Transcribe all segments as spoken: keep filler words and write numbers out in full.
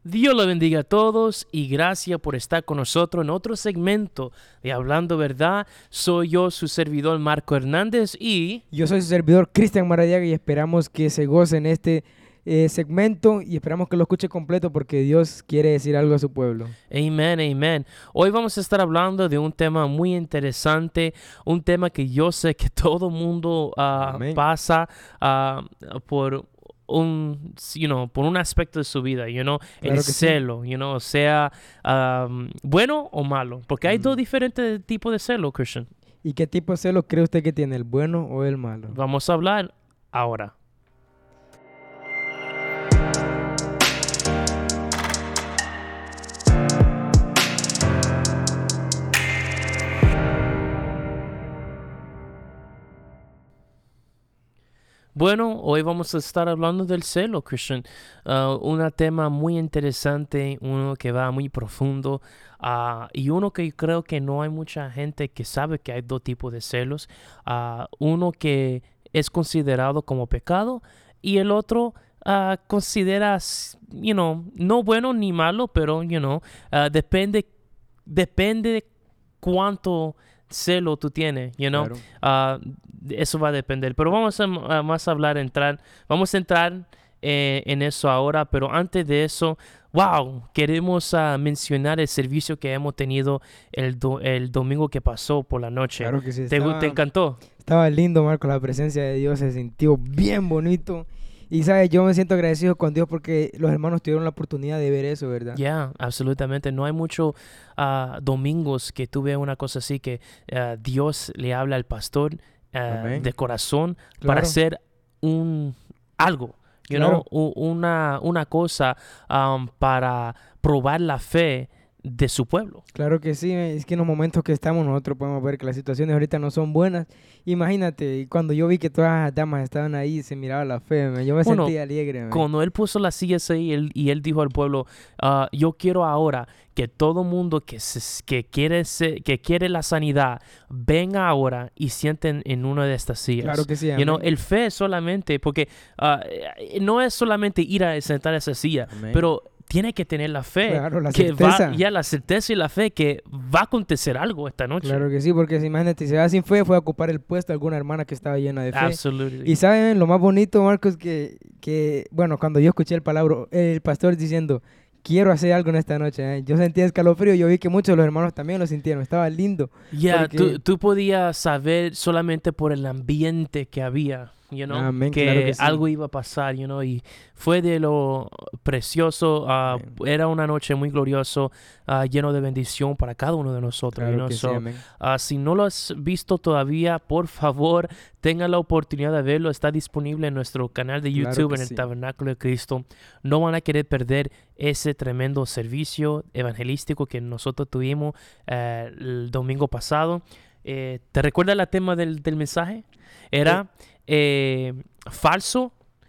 Dios lo bendiga a todos y gracias por estar con nosotros en otro segmento de Hablando Verdad. Soy yo, su servidor Marco Hernández y... Yo soy su servidor Cristian Maradiaga y esperamos que se gocen este eh, segmento y esperamos que lo escuche completo porque Dios quiere decir algo a su pueblo. Amén, amén. Hoy vamos a estar hablando de un tema muy interesante, un tema que yo sé que todo mundo uh, pasa uh, por... un, you know, por un aspecto de su vida, you know, Claro el que celo, sí. you know, sea um, bueno o malo, porque hay Mm. dos diferentes tipos de celo, Christian. ¿Y qué tipo de celo cree usted que tiene, el bueno o el malo? Vamos a hablar ahora. Bueno, hoy vamos a estar hablando del celo, Christian. Uh, un tema muy interesante, uno que va muy profundo uh, y uno que creo que no hay mucha gente que sabe que hay dos tipos de celos. Uh, uno que es considerado como pecado y el otro uh, considera, you know, no bueno ni malo, pero, you know, uh, depende, depende de cuánto celo tú tienes, you know, claro. uh, eso va a depender, pero vamos a, a más hablar, entrar, vamos a entrar eh, en eso ahora, pero antes de eso, wow, queremos uh, mencionar el servicio que hemos tenido el, do, el domingo que pasó por la noche. Claro que sí. ¿Te, estaba, ¿Te encantó? Estaba lindo, Marco, la presencia de Dios se sintió bien bonito. Y, ¿sabes? Yo me siento agradecido con Dios porque los hermanos tuvieron la oportunidad de ver eso, ¿verdad? Ya, yeah, absolutamente. No hay muchos uh, domingos que tú veas una cosa así que uh, Dios le habla al pastor uh, de corazón claro. para hacer un algo, you claro. know, una, una cosa um, para probar la fe de su pueblo. Claro que sí, es que en los momentos que estamos nosotros podemos ver que las situaciones ahorita no son buenas. Imagínate, cuando yo vi que todas las damas estaban ahí, se miraba la fe, man. Yo me bueno, sentía alegre. Man. Cuando él puso las sillas ahí él, y él dijo al pueblo, uh, yo quiero ahora que todo mundo que, se, que, quiere ser, que quiere la sanidad venga ahora y sienten en una de estas sillas. Claro que sí. You know, el fe solamente, porque uh, no es solamente ir a sentar a esa silla, amén. Pero tiene que tener la fe, claro, la que certeza. va, ya la certeza y la fe que va a acontecer algo esta noche. Claro que sí, porque si imagínate, si se va sin fe, fue a ocupar el puesto de alguna hermana que estaba llena de fe. Absolutely. Y saben, lo más bonito, Marcos, que, que bueno, cuando yo escuché el palabra, el pastor diciendo, quiero hacer algo en esta noche, ¿eh? Yo sentía escalofrío, yo vi que muchos de los hermanos también lo sintieron, estaba lindo. Ya, yeah, porque... tú, tú podías saber solamente por el ambiente que había. You know, Amén, que, claro que sí. algo iba a pasar, you know, y fue de lo precioso, uh, era una noche muy gloriosa, uh, lleno de bendición para cada uno de nosotros. Claro You know? que so, sí, amén. Uh, si no lo has visto todavía, por favor, tenga la oportunidad de verlo, está disponible en nuestro canal de YouTube, claro en el sí. Tabernáculo de Cristo. No van a querer perder ese tremendo servicio evangelístico que nosotros tuvimos uh, el domingo pasado. Eh, ¿Te recuerdas el tema del, del mensaje? Era... ¿Eh? Eh, falso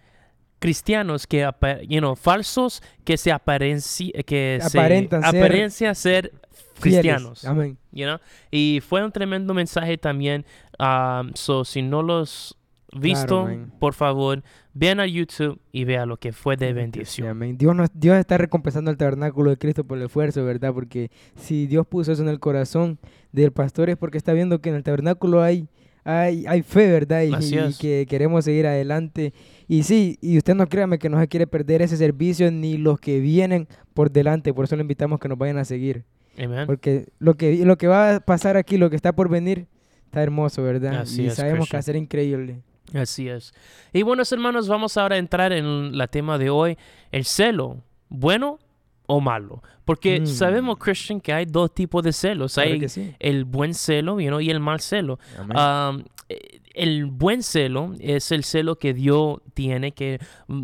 cristianos que you know, falsos que se aparenci que aparentan se ser, apariencia ser cristianos. Amén. You know? Y fue un tremendo mensaje también. Um, so si no los visto, claro, por favor, vean a YouTube y vean lo que fue de bendición. Sí, amén. Dios, nos, Dios está recompensando al tabernáculo de Cristo por el esfuerzo, ¿verdad? Porque si Dios puso eso en el corazón del pastor es porque está viendo que en el tabernáculo hay Hay, hay fe, ¿verdad? Y, y que queremos seguir adelante. Y sí, y usted no créame que no se quiere perder ese servicio ni los que vienen por delante. Por eso le invitamos que nos vayan a seguir. Amen. Porque lo que, lo que va a pasar aquí, lo que está por venir, está hermoso, ¿verdad? Así y es, sabemos Christian. que va a ser increíble. Así es. Y buenos hermanos, vamos ahora a entrar en el tema de hoy. El celo, ¿bueno o malo? Porque mm. sabemos, Christian, que hay dos tipos de celos. Claro hay que sí. el buen celo, you know, y el mal celo. Um, el buen celo es el celo que Dios tiene, que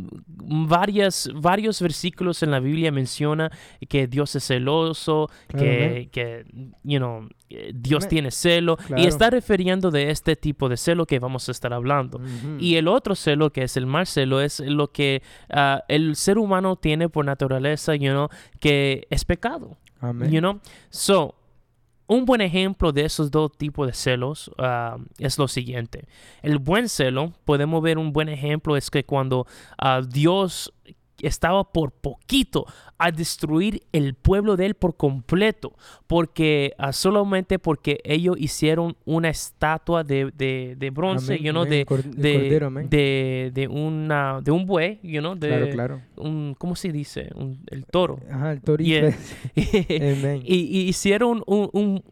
varias, varios versículos en la Biblia menciona que Dios es celoso, claro, que, que you know, Dios Amén. Tiene celo, claro. Y está refiriendo de este tipo de celo que vamos a estar hablando. Uh-huh. Y el otro celo, que es el mal celo, es lo que uh, el ser humano tiene por naturaleza, you know, que es pecado. Amén. You know? So, un buen ejemplo de esos dos tipos de celos uh, es lo siguiente. El buen celo, podemos ver un buen ejemplo, es que cuando uh, Dios estaba por poquito a destruir el pueblo de él por completo, porque uh, solamente porque ellos hicieron una estatua de, de, de bronce, Amén, you know, amén. de, Cor- de, cordero, amén. de, de, una, de un buey, you know, de Claro, claro. un, ¿cómo se dice? Un, el toro. Ajá, el torito. Yeah. Amén. y, y hicieron un, un,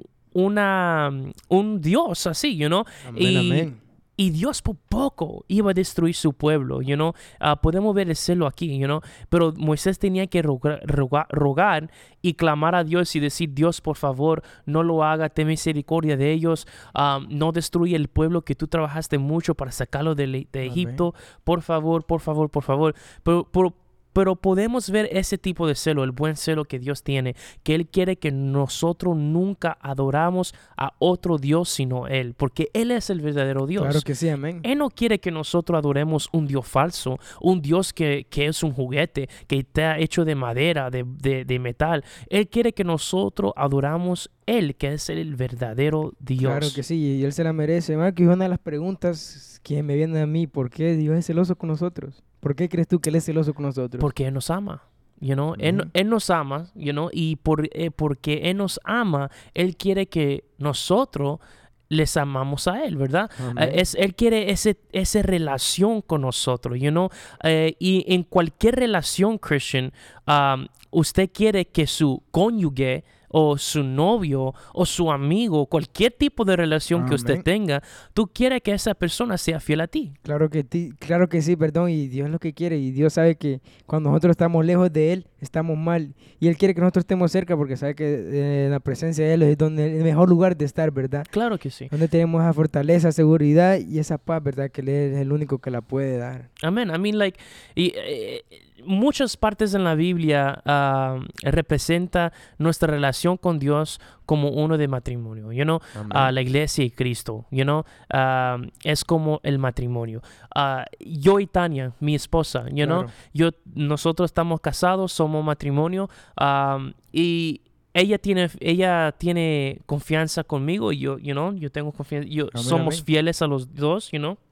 una, un dios así, you know, Amén, y, amén. y Dios por poco iba a destruir su pueblo, you know. Uh, podemos ver el celo aquí, you know. Pero Moisés tenía que rogar, rogar, rogar y clamar a Dios y decir, Dios, por favor, no lo haga, ten misericordia de ellos. Um, no destruye el pueblo que tú trabajaste mucho para sacarlo de, de Egipto. Por favor, por favor, por favor. Pero, por, Pero podemos ver ese tipo de celo, el buen celo que Dios tiene, que Él quiere que nosotros nunca adoramos a otro Dios sino Él, porque Él es el verdadero Dios. Claro que sí, amén. Él no quiere que nosotros adoremos un Dios falso, un Dios que, que es un juguete, que está hecho de madera, de, de, de metal. Él quiere que nosotros adoramos Él, que es el verdadero Dios. Claro que sí, y Él se la merece. Marco, y una de las preguntas que me viene a mí, ¿por qué Dios es celoso con nosotros? ¿Por qué crees tú que Él es celoso con nosotros? Porque Él nos ama. You know? él, Ujú. él nos ama, you know? Y por, eh, porque Él nos ama, Él quiere que nosotros les amamos a Él, ¿verdad? Amén. Eh, es, él quiere ese, esa relación con nosotros, you know? Eh, y en cualquier relación, Christian, um, usted quiere que su cónyuge o su novio o su amigo, cualquier tipo de relación que usted Amén. tenga, tú quieres que esa persona sea fiel a ti. Claro que, ti- claro que sí, perdón, y Dios es lo que quiere, y Dios sabe que cuando nosotros estamos lejos de Él, estamos mal, y Él quiere que nosotros estemos cerca, porque sabe que eh, en la presencia de Él es donde el mejor lugar de estar, ¿verdad? Claro que sí. Donde tenemos esa fortaleza, seguridad y esa paz, ¿verdad? Que Él es el único que la puede dar. Amén. I mean, like, y, eh, muchas partes en la Biblia uh, representa nuestra relación con Dios como uno de matrimonio, you know, Amén. uh, la iglesia y Cristo, you know, uh, es como el matrimonio. Uh, yo y Tania, mi esposa, you know, Claro. yo, nosotros estamos casados, somos matrimonio, um, y ella tiene, ella tiene confianza conmigo y yo, you know, yo tengo confianza, yo, Amén, somos amén. fieles a los dos, you know.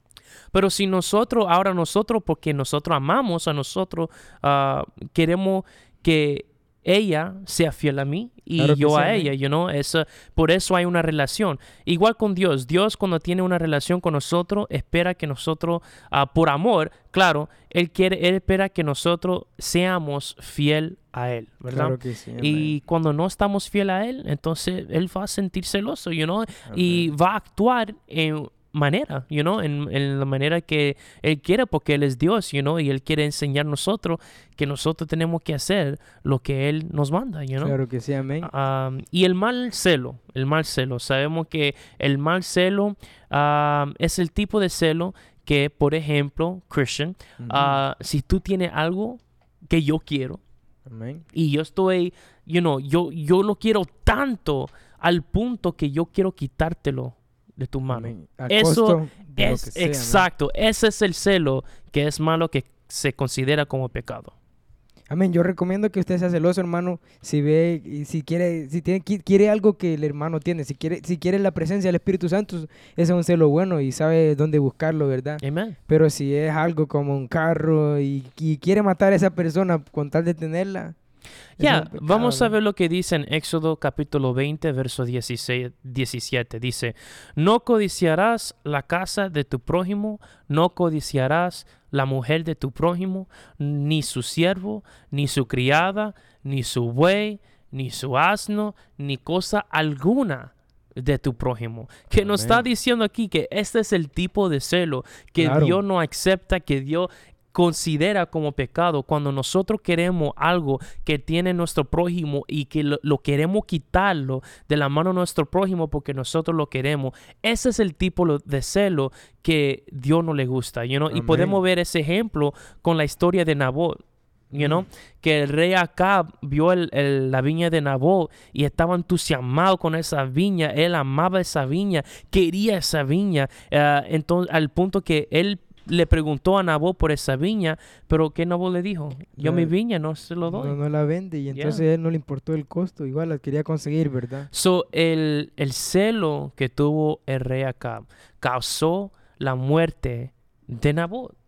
Pero si nosotros, ahora nosotros, porque nosotros amamos a nosotros, uh, queremos que ella sea fiel a mí y Claro que yo sí, a amén. ella, you know, es, uh, por eso hay una relación. Igual con Dios, Dios cuando tiene una relación con nosotros, espera que nosotros, uh, por amor, claro, Él quiere, Él espera que nosotros seamos fiel a Él, ¿verdad? Claro que sí, amén. Y cuando no estamos fiel a Él, entonces Él va a sentir celoso, you know, y Amén. va a actuar en manera, you know, en, en la manera que Él quiere, porque Él es Dios, you know, y Él quiere enseñar a nosotros que nosotros tenemos que hacer lo que Él nos manda, you know. Claro que sí, amén. Um, y el mal celo, el mal celo, sabemos que el mal celo um, es el tipo de celo que, por ejemplo, Christian, Ujú. uh, si tú tienes algo que yo quiero, Amén. y yo estoy, you know, yo, yo lo quiero tanto al punto que yo quiero quitártelo de tu mano. Amén. A Eso costo de lo Es que sea, amén. exacto, ese es el celo que es malo, que se considera como pecado. Amén. Yo recomiendo que usted sea celoso, hermano, si ve y si quiere, si tiene, qui- quiere algo que el hermano tiene, si quiere, si quiere la presencia del Espíritu Santo, ese es un celo bueno y sabe dónde buscarlo, ¿verdad? Amén. Pero si es algo como un carro y, y quiere matar a esa persona con tal de tenerla, es Ya, un pecado, vamos a amén. ver lo que dice en Éxodo capítulo veinte, verso dieciséis, diecisiete. Dice, no codiciarás la casa de tu prójimo, no codiciarás la mujer de tu prójimo, ni su siervo, ni su criada, ni su buey, ni su asno, ni cosa alguna de tu prójimo. Que nos está Amén. diciendo aquí que este es el tipo de celo que Claro. Dios no acepta, que Dios considera como pecado. Cuando nosotros queremos algo que tiene nuestro prójimo y que lo, lo queremos quitarlo de la mano de nuestro prójimo porque nosotros lo queremos, ese es el tipo lo- de celo que Dios no le gusta, you know? Y Amén. podemos ver ese ejemplo con la historia de Nabot. You know, Mm. que el rey Acab vio el- el- la viña de Nabot y estaba entusiasmado con esa viña. Él amaba esa viña, quería esa viña, eh, entonces, al punto que él le preguntó a Nabot por esa viña, pero ¿qué Nabot le dijo? Yo Eh, mi viña no se lo doy. No, no la vende y Yeah. entonces a él no le importó el costo, igual la quería conseguir, ¿verdad? So, el, el celo que tuvo el rey Acab causó la muerte de Nabot.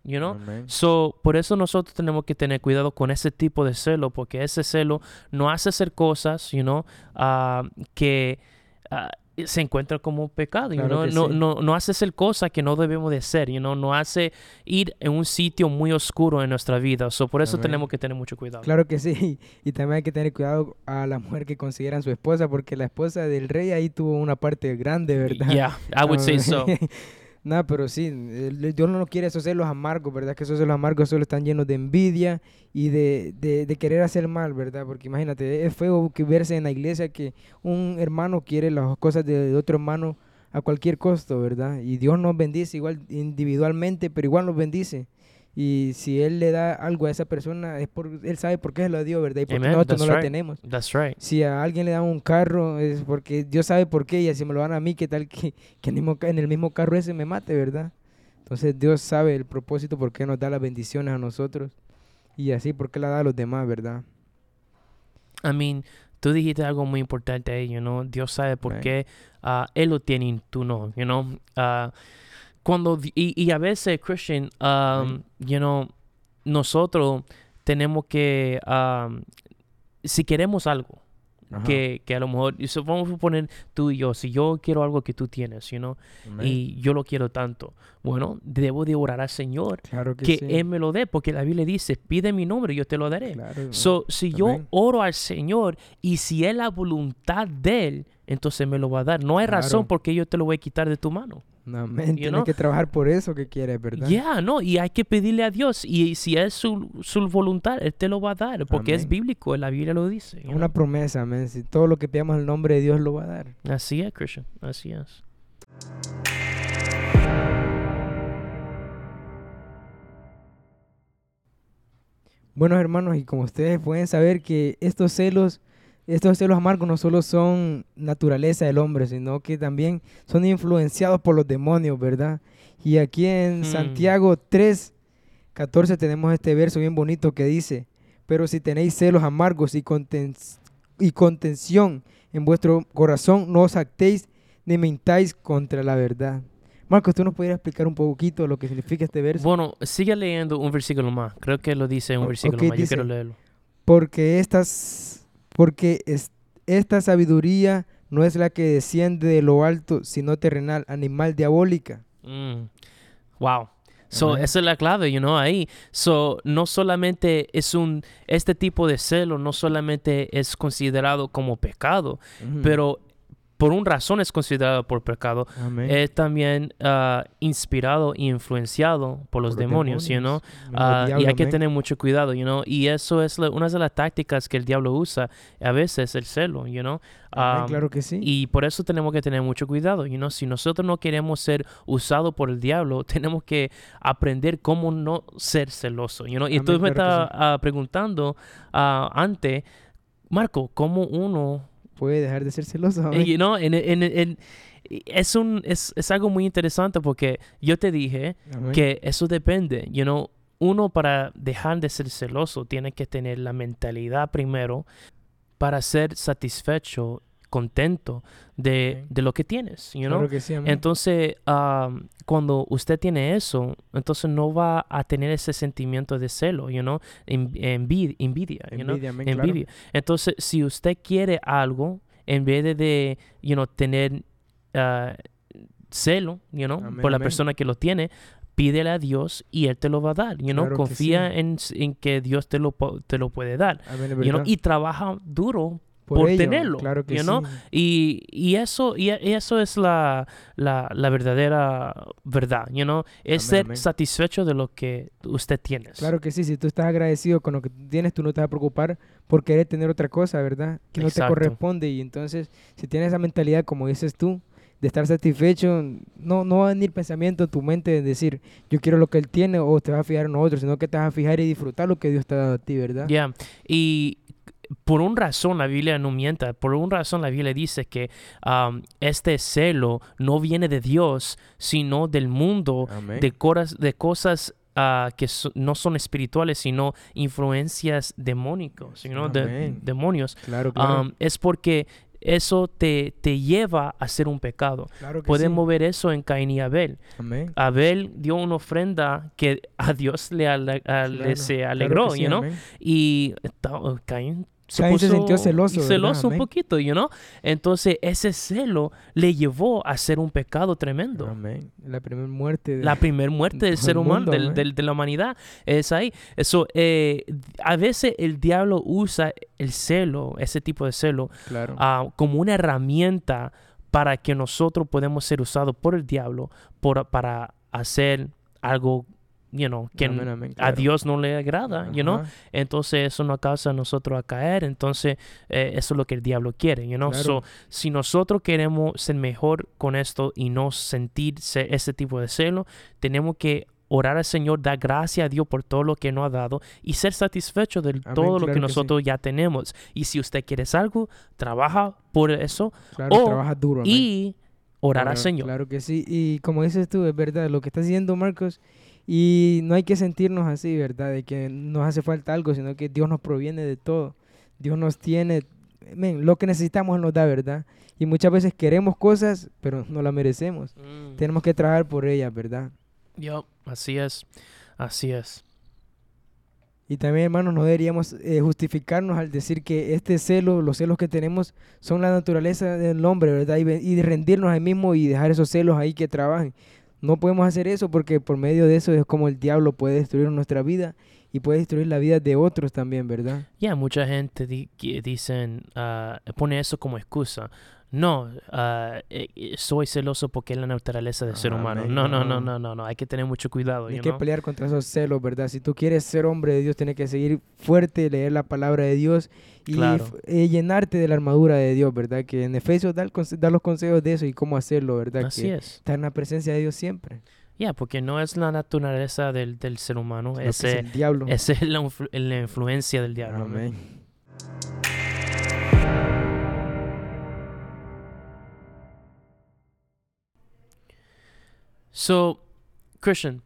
you know? Amén. So, por eso nosotros tenemos que tener cuidado con ese tipo de celo, porque ese celo no hace hacer cosas, you know, uh, que uh, se encuentra como pecado, you Claro know? que no, sí. no, no hace hacer cosas que no debemos de hacer, you know? No hace ir en un sitio muy oscuro en nuestra vida. So, por eso Amén. tenemos que tener mucho cuidado. Claro que sí. Y también hay que tener cuidado a la mujer que consideran su esposa, porque la esposa del rey ahí tuvo una parte grande, ¿verdad? Yeah, I would say so. Nada, pero sí, el- Dios no quiere esos celos amargos, ¿verdad? Que esos celos amargos solo están llenos de envidia y de, de, de querer hacer mal, ¿verdad? Porque imagínate, es feo que verse en la iglesia que un hermano quiere las cosas de otro hermano a cualquier costo, ¿verdad? Y Dios nos bendice igual individualmente, pero igual nos bendice. Y si Él le da algo a esa persona, es por, Él sabe por qué se lo dio, ¿verdad? Y por qué Amen. nosotros That's no la right. tenemos. That's right. Si a alguien le dan un carro, es porque Dios sabe por qué, y así me lo dan a mí, ¿qué tal que, que en, el mismo, ca- en el mismo carro ese me mate, verdad? Entonces Dios sabe el propósito por qué nos da las bendiciones a nosotros, y así por qué la da a los demás, ¿verdad? I mean, tú dijiste algo muy importante ahí, you know? Dios sabe por Right. qué uh, Él lo tiene y tú no, you know? Uh, cuando, di- y, y a veces, Christian, um, Right. you know, nosotros tenemos que, um, si queremos algo, Ajá. que, que a lo mejor, y so, vamos a poner tú y yo, si yo quiero algo que tú tienes, you know, Amén. y yo lo quiero tanto, bueno, debo de orar al Señor Claro que, que sí. Él me lo dé, porque la Biblia dice, pide mi nombre y yo te lo daré. Claro. So, si yo Amén. oro al Señor y si es la voluntad de Él, entonces me lo va a dar. No hay Claro. razón por qué yo te lo voy a quitar de tu mano. Amén. You Tienes know? que trabajar por eso que quieres, ¿verdad? Ya, no, y hay que pedirle a Dios. Y si es su, su voluntad, Él te lo va a dar, porque es Amén. bíblico, la Biblia lo dice. you Una know? promesa, amén. Si todo lo que pidamos en el nombre de Dios lo va a dar. Así es, Christian, así es. Bueno, hermanos, y como ustedes pueden saber que estos celos, estos celos amargos no solo son naturaleza del hombre, sino que también son influenciados por los demonios, ¿verdad? Y aquí en Hmm. Santiago tres, catorce tenemos este verso bien bonito que dice, pero si tenéis celos amargos y, conten- y contención en vuestro corazón, no os actéis ni mintáis contra la verdad. Marcos, ¿tú nos podrías explicar un poquito lo que significa este verso? Bueno, sigue leyendo un versículo más. Creo que lo dice un O- versículo ok, más. Yo dice, quiero leerlo. Porque estas, porque es- esta sabiduría no es la que desciende de lo alto, sino terrenal, animal, diabólica. Mm. Wow. So, Amén. esa es la clave, you know, ahí. So, no solamente es un, este tipo de celo no solamente es considerado como pecado, Ujú. pero por una razón es considerado por pecado. Amén. Es también ah, inspirado e influenciado por los Por demonios, you know. demonios, el Ah, y diablo, hay que amén. tener mucho cuidado, you know. Y eso es la- una de las tácticas que el diablo usa a veces, el celo, you know. Amén, Um, claro que sí. Y por eso tenemos que tener mucho cuidado, you know. Si nosotros no queremos ser usados por el diablo, tenemos que aprender cómo no ser celoso, you know. Y Amén, tú me claro que estabas ah, preguntando ah, antes, Marco, ¿cómo uno Puede dejar de ser celoso. Amén. eh, you know, en- en- en- es, un, es, es algo muy interesante porque yo te dije Amén. que eso depende, you know, uno para dejar de ser celoso tiene que tener la mentalidad primero para ser satisfecho, contento de, Ok. de lo que tienes, you know. Claro que sí, amén. Entonces, um, cuando usted tiene eso, entonces no va a tener ese sentimiento de celo, you know, en- envid- envidia, you know, Envidia, amén, claro. envidia. Entonces, si usted quiere algo, en vez de, de you know, tener ah, celo, you know, Amén, por la amén. persona que lo tiene, pídele a Dios y Él te lo va a dar, you know. Claro que Confía sí. en, en que Dios te lo, po- te lo puede dar, Amén, es you know, verdad. y trabaja duro Por por ello, tenerlo, claro que you sí. know. Y, y eso y, y eso es la, la, la verdadera verdad, you know, es Amén, ser amén. satisfecho de lo que usted tiene. Claro que sí, si tú estás agradecido con lo que tú tienes, tú no te vas a preocupar por querer tener otra cosa, ¿verdad? Que no te Exacto. corresponde. Y entonces, si tienes esa mentalidad, como dices tú, de estar satisfecho, no, no va a venir pensamiento en tu mente de decir, yo quiero lo que él tiene o te vas a fijar en otro, sino que te vas a fijar y disfrutar lo que Dios te ha dado a ti, ¿verdad? Ya, y por una razón la Biblia no mienta, por una razón la Biblia dice que um, este celo no viene de Dios, sino del mundo, Amén. de, coras- de cosas ah, que so- no son espirituales, sino influencias demónicos, you know, de- Amén. demonios. Claro, claro. Um, es porque eso te, te lleva a hacer un pecado. Claro que Podemos sí. ver eso en Caín y Abel. Amén. Abel dio una ofrenda que a Dios le, ale, a, Claro, le se claro alegró, que sí, you know? amén. Y ta- Caín se Caín puso se sintió celoso, celoso ¿verdad? un poquito, you know? Entonces ese celo le llevó a hacer un pecado tremendo. Amén. La primera muerte de La primera muerte del todo ser el humano, mundo, del, amén. del- de la humanidad, es ahí. Eso, eh, a veces el diablo usa el celo, ese tipo de celo, Claro. uh, como una herramienta para que nosotros podamos ser usados por el diablo por, para hacer algo, you know, que Amén, amén, a claro. Dios no le agrada, you know. Ajá. Entonces eso nos causa a nosotros a caer. Entonces eh, eso es lo que el diablo quiere, you know. Claro. So, si nosotros queremos ser mejor con esto y no sentir se- ese tipo de celo, tenemos que orar al Señor, dar gracias a Dios por todo lo que nos ha dado y ser satisfechos de Amén, todo lo claro que que nosotros ya tenemos. Y si usted quiere algo, trabaja por eso Claro, o- trabaja duro, amén. y orar al Claro, Señor. Claro que sí. Y como dices tú, es verdad, lo que estás diciendo, Marcos, y no hay que sentirnos así, ¿verdad? De que nos hace falta algo, sino que Dios nos proviene de todo. Dios nos tiene, men, lo que necesitamos Él nos da, ¿verdad? Y muchas veces queremos cosas, pero no las merecemos. Mm. Tenemos que trabajar por ellas, ¿verdad? Yup, así es, así es. Y también, hermanos, no deberíamos eh, justificarnos al decir que este celo, los celos que tenemos, son la naturaleza del hombre, ¿verdad? Y, ve- y rendirnos ahí mismo y dejar esos celos ahí que trabajen. No podemos hacer eso porque por medio de eso es como el diablo puede destruir nuestra vida y puede destruir la vida de otros también, ¿verdad? Ya, mucha gente di- que dicen, ah, pone eso como excusa. No, ah, eh, eh, soy celoso porque es la naturaleza del ser humano. Amén, No, no, no, no. no, no, no. Hay que tener mucho cuidado, Hay you que know? pelear contra esos celos, ¿verdad? Si tú quieres ser hombre de Dios, tienes que seguir fuerte, leer la palabra de Dios y Claro. f- eh, llenarte de la armadura de Dios, ¿verdad? Que en Efesios da, el conse- da los consejos de eso y cómo hacerlo, ¿verdad? Así que es. estar en la presencia de Dios siempre. Ya, porque no es la naturaleza del, del ser humano. Lo que es Ese, el diablo. esa es la, influ- la influencia del diablo. ¿no? Amén. So, Christian,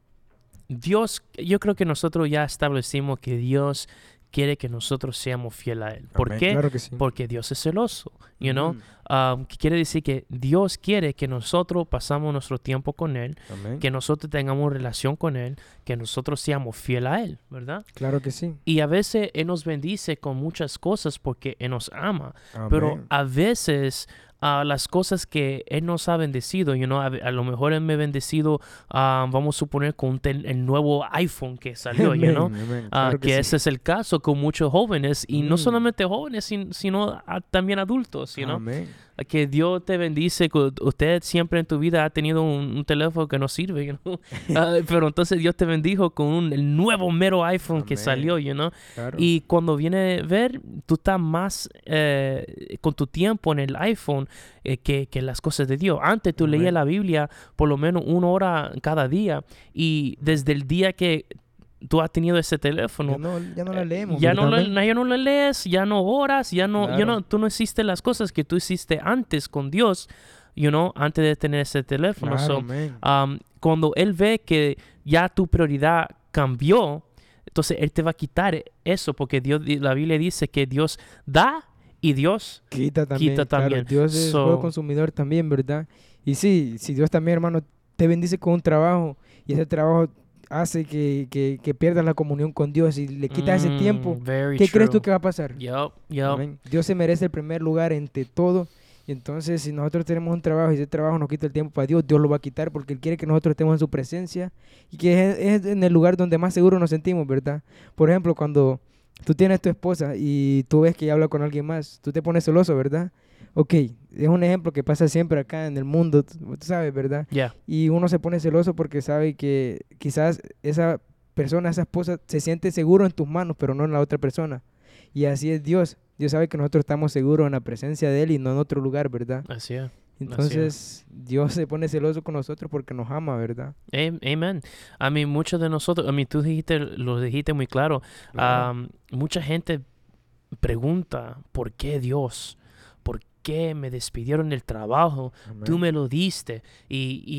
Dios, yo creo que nosotros ya establecimos que Dios quiere que nosotros seamos fieles a Él. ¿Por Amén, qué? Claro que sí. Porque Dios es celoso, you know? Ujú. Um, que quiere decir que Dios quiere que nosotros pasamos nuestro tiempo con Él, Amén. que nosotros tengamos relación con Él, que nosotros seamos fieles a Él, ¿verdad? Claro que sí. Y a veces Él nos bendice con muchas cosas porque Él nos ama, Amén. pero a veces ah, las cosas que Él nos ha bendecido, you know, a, a lo mejor Él me ha bendecido, ah, vamos a suponer con un tel- el nuevo iPhone que salió, you Amén, know, amén. Ah, Claro que que sí. ese es el caso con muchos jóvenes y no Mm. solamente jóvenes, sin- sino ah, también adultos, you know? Amén. Que Dios te bendice. que Usted siempre en tu vida ha tenido un, un teléfono que no sirve, you know? Ah, pero entonces Dios te bendijo con un, el nuevo mero iPhone que Amén. salió, you know? Claro. Y cuando viene a ver, tú estás más eh, con tu tiempo en el iPhone eh, que, que las cosas de Dios. Antes tú Amén. leías la Biblia por lo menos una hora cada día y desde el día que tú has tenido ese teléfono, ya no, ya no la eh, leemos. ya no, ¿verdad, lo, amén? na- ya no lo lees, ya no oras, ya no, ya Claro. no, tú no hiciste las cosas que tú hiciste antes con Dios, you know, antes de tener ese teléfono. Claro, So, amén. um, cuando Él ve que ya tu prioridad cambió, entonces Él te va a quitar eso, porque Dios, la Biblia dice que Dios da y Dios Quita también. quita claro, también. Dios es So- fuego consumidor también, ¿verdad? Y sí, si Dios también, hermano, te bendice con un trabajo y ese trabajo hace que, que, que pierdas la comunión con Dios y le quitas ese Mm, tiempo, very ¿qué crees tú true. que va a pasar? Yup, yup. Amén. Dios se merece el primer lugar entre todo. Y entonces, si nosotros tenemos un trabajo y ese trabajo nos quita el tiempo para Dios, Dios lo va a quitar porque Él quiere que nosotros estemos en su presencia y que es, es en el lugar donde más seguros nos sentimos, ¿verdad? Por ejemplo, cuando tú tienes tu esposa y tú ves que ella habla con alguien más, tú te pones celoso, ¿verdad? Ok, es un ejemplo que pasa siempre acá en el mundo, tú tú sabes, ¿verdad? Yeah. Y uno se pone celoso porque sabe que quizás esa persona, esa esposa, se siente seguro en tus manos, pero no en la otra persona. Y así es Dios. Dios sabe que nosotros estamos seguros en la presencia de Él y no en otro lugar, ¿verdad? Así es. Entonces, Dios se pone celoso con nosotros porque nos ama, ¿verdad? Am- Amen. A mí, muchos de nosotros, a mí tú dijiste, lo dijiste muy claro. Claro. Um, mucha gente pregunta, ¿por qué Dios? ¿Por qué me despidieron del trabajo? Amén. Tú me lo diste. Y, y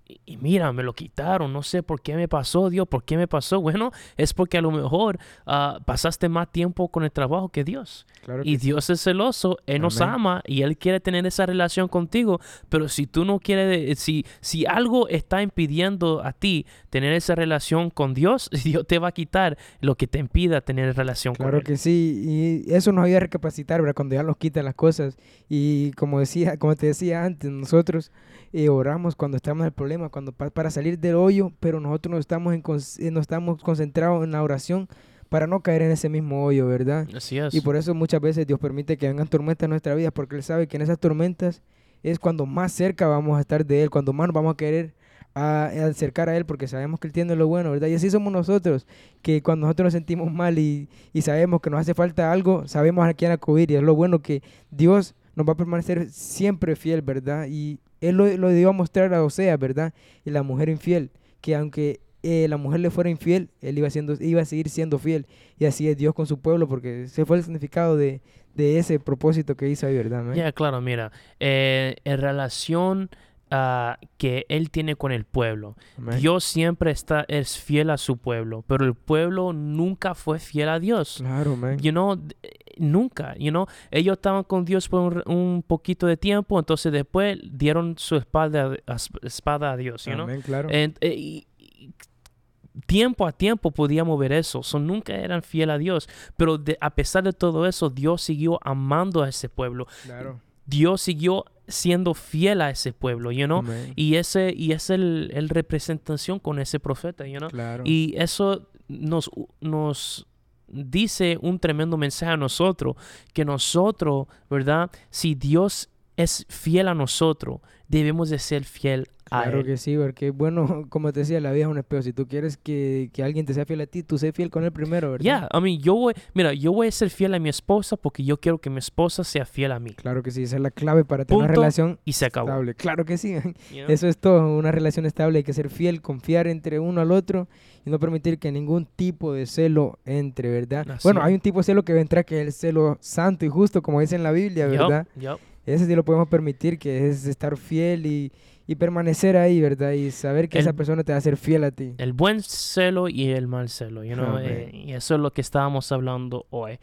y mira, me lo quitaron, no sé por qué me pasó, Dios, ¿por qué me pasó? Bueno, es porque a lo mejor uh, pasaste más tiempo con el trabajo que Dios. Claro y que Dios sí. es celoso, Él Amén. nos ama y Él quiere tener esa relación contigo, pero si tú no quieres, si, si algo está impidiendo a ti tener esa relación con Dios, Dios te va a quitar lo que te impida tener relación Claro con Él. que sí, y eso nos ayuda a recapacitar, ¿verdad? Cuando ya nos quitan las cosas. Y como decía, como te decía antes, nosotros eh, oramos cuando estamos en el problema, cuando pa- para salir del hoyo, pero nosotros no estamos, en con- eh, no estamos concentrados en la oración para no caer en ese mismo hoyo, ¿verdad? Así Y es. por eso muchas veces Dios permite que vengan tormentas en nuestra vida, porque Él sabe que en esas tormentas es cuando más cerca vamos a estar de Él, cuando más nos vamos a querer a, a acercar a Él, porque sabemos que Él tiene lo bueno, ¿verdad? Y así somos nosotros, que cuando nosotros nos sentimos mal y, y sabemos que nos hace falta algo, sabemos a quién acudir, y es lo bueno que Dios nos va a permanecer siempre fiel, ¿verdad? Y Él lo, lo dio a mostrar a Osea, ¿verdad? Y la mujer infiel, que aunque eh, la mujer le fuera infiel, Él iba, siendo, iba a seguir siendo fiel, y así es Dios con su pueblo, porque ese fue el significado de, de ese propósito que hizo ahí, ¿verdad? Ya, Amén. yeah, claro, mira, eh, en relación uh, que Él tiene con el pueblo, Amén. Dios siempre está, es fiel a su pueblo, pero el pueblo nunca fue fiel a Dios. Claro, amén. You know, nunca, you know, ellos estaban con Dios por un, un poquito de tiempo, entonces después dieron su espada a, espada a Dios, you Amén, know? claro. And, eh, y, y, tiempo a tiempo podíamos ver eso, so, nunca eran fiel a Dios, pero de, a pesar de todo eso, Dios siguió amando a ese pueblo. Claro. Dios siguió siendo fiel a ese pueblo, you know? Amén. Y ese y es el, el representación con ese profeta, you know? Claro. Y eso nos, nos dice un tremendo mensaje a nosotros, que nosotros, ¿verdad? Si Dios es fiel a nosotros, debemos de ser fiel a Claro Él. que sí, porque bueno, como te decía, la vida es un espejo. Si tú quieres que, que alguien te sea fiel a ti, tú sé fiel con él primero, ¿verdad? Ya, yeah, I mean, yo voy, mira, yo voy a ser fiel a mi esposa porque yo quiero que mi esposa sea fiel a mí. Claro que sí, esa es la clave para tener Punto, una relación y se acabó. estable. Claro que sí, You know? eso es todo, una relación estable. Hay que ser fiel, confiar entre uno al otro y no permitir que ningún tipo de celo entre, ¿verdad? Así Bueno, es. hay un tipo de celo que vendrá, que es el celo santo y justo, como dice en la Biblia, ¿verdad? Yup, yup. Ese sí lo podemos permitir, que es estar fiel y, y permanecer ahí, ¿verdad? Y saber que El- esa persona te va a ser fiel a ti. El buen celo y el mal celo, you know? Amén. Eh, y eso es lo que estábamos hablando hoy.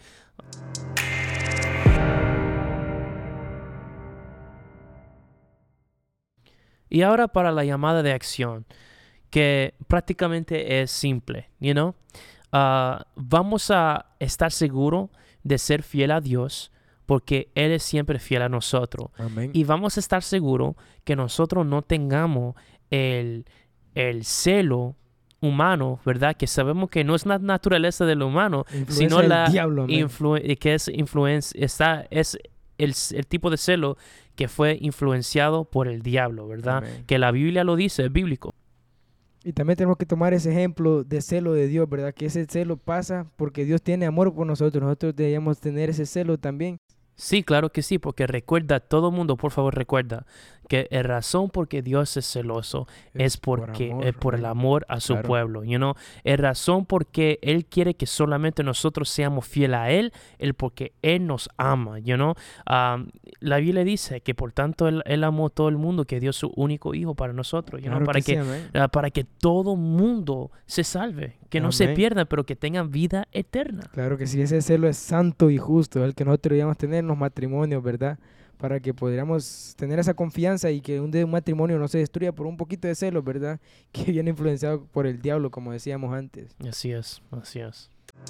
Y ahora para la llamada de acción, que prácticamente es simple, you know? Uh, vamos a estar seguros de ser fiel a Dios porque Él es siempre fiel a nosotros. Amén. Y vamos a estar seguros que nosotros no tengamos el, el celo humano, ¿verdad? Que sabemos que no es la naturaleza del humano, Influencia sino del la diablo, amén. influ- que es influencia, está, es el, el tipo de celo que fue influenciado por el diablo, ¿verdad? Amén. Que la Biblia lo dice, es bíblico. Y también tenemos que tomar ese ejemplo de celo de Dios, ¿verdad? Que ese celo pasa porque Dios tiene amor por nosotros. Nosotros debemos tener ese celo también. Sí, claro que sí, porque recuerda, todo mundo, por favor, recuerda que la razón por que Dios es celoso es, porque amor, es por el amén. amor a su Claro. pueblo, you know? La razón por que Él quiere que solamente nosotros seamos fieles a Él es porque Él nos ama, you know? Um, la Biblia dice que por tanto Él, él amó a todo el mundo, que dio su único hijo para nosotros, you know? Claro Para que que, sí, amén. uh, para que todo mundo se salve, que no se Amén. pierda, pero que tengan vida eterna. Claro que sí, ese celo es santo y justo, el que nosotros debemos tener en los matrimonios, ¿verdad? Para que podamos tener esa confianza y que un, de un matrimonio no se destruya por un poquito de celos, ¿verdad? Que viene influenciado por el diablo, como decíamos antes. Así es, así es.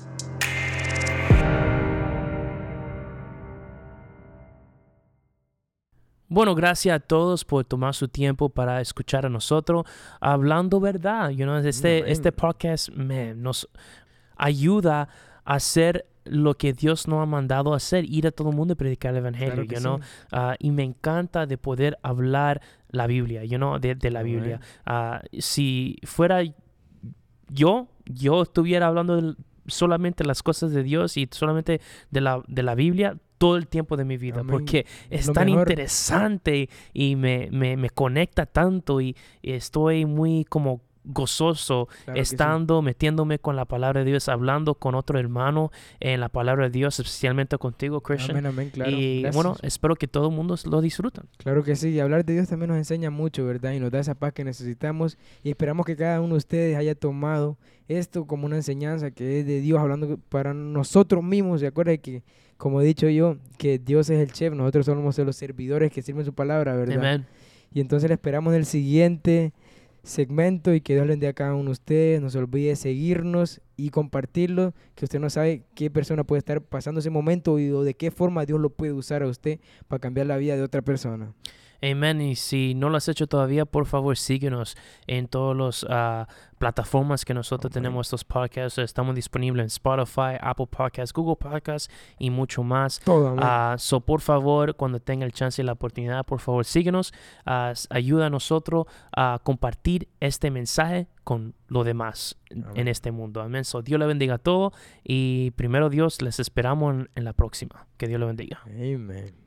Bueno, gracias a todos por tomar su tiempo para escuchar a nosotros hablando verdad. You know, este, Amén. este podcast man, nos ayuda a hacer lo que Dios nos ha mandado a hacer, ir a todo el mundo y predicar el evangelio, Claro que you know? sí. Uh, y me encanta de poder hablar la Biblia, you know, de, de la Amén. Biblia. Uh, si fuera yo, yo estuviera hablando de solamente las cosas de Dios y solamente de la, de la Biblia todo el tiempo de mi vida, Amén. porque es Lo tan mejor. interesante y me, me, me conecta tanto y, y estoy muy como gozoso Claro que estando, metiéndome con la palabra de Dios, hablando con otro hermano en la palabra de Dios, especialmente contigo, Christian. Amén, amén, claro. Y Gracias. bueno, espero que todo el mundo lo disfrute. Claro que sí, y hablar de Dios también nos enseña mucho, ¿verdad? Y nos da esa paz que necesitamos y esperamos que cada uno de ustedes haya tomado esto como una enseñanza que es de Dios hablando para nosotros mismos. ¿Se acuerdan que, como he dicho yo, que Dios es el chef, nosotros somos los servidores que sirven su palabra, ¿verdad? Amén. Y entonces le esperamos en el siguiente segmento y que Dios le bendiga a cada uno de ustedes. No se olvide seguirnos y compartirlo, que usted no sabe qué persona puede estar pasando ese momento y o de qué forma Dios lo puede usar a usted para cambiar la vida de otra persona. Amén. Y si no lo has hecho todavía, por favor, síguenos en todas las uh, plataformas que nosotros Amén. tenemos estos podcasts. Estamos disponibles en Spotify, Apple Podcasts, Google Podcasts y mucho más. Todo, amén. Uh, so, por favor, cuando tenga el chance y la oportunidad, por favor, síguenos. Uh, ayuda a nosotros a compartir este mensaje con lo demás en, en este mundo. Amén. So, Dios le bendiga a todos. Y primero, Dios, les esperamos en, en la próxima. Que Dios le bendiga. Amén.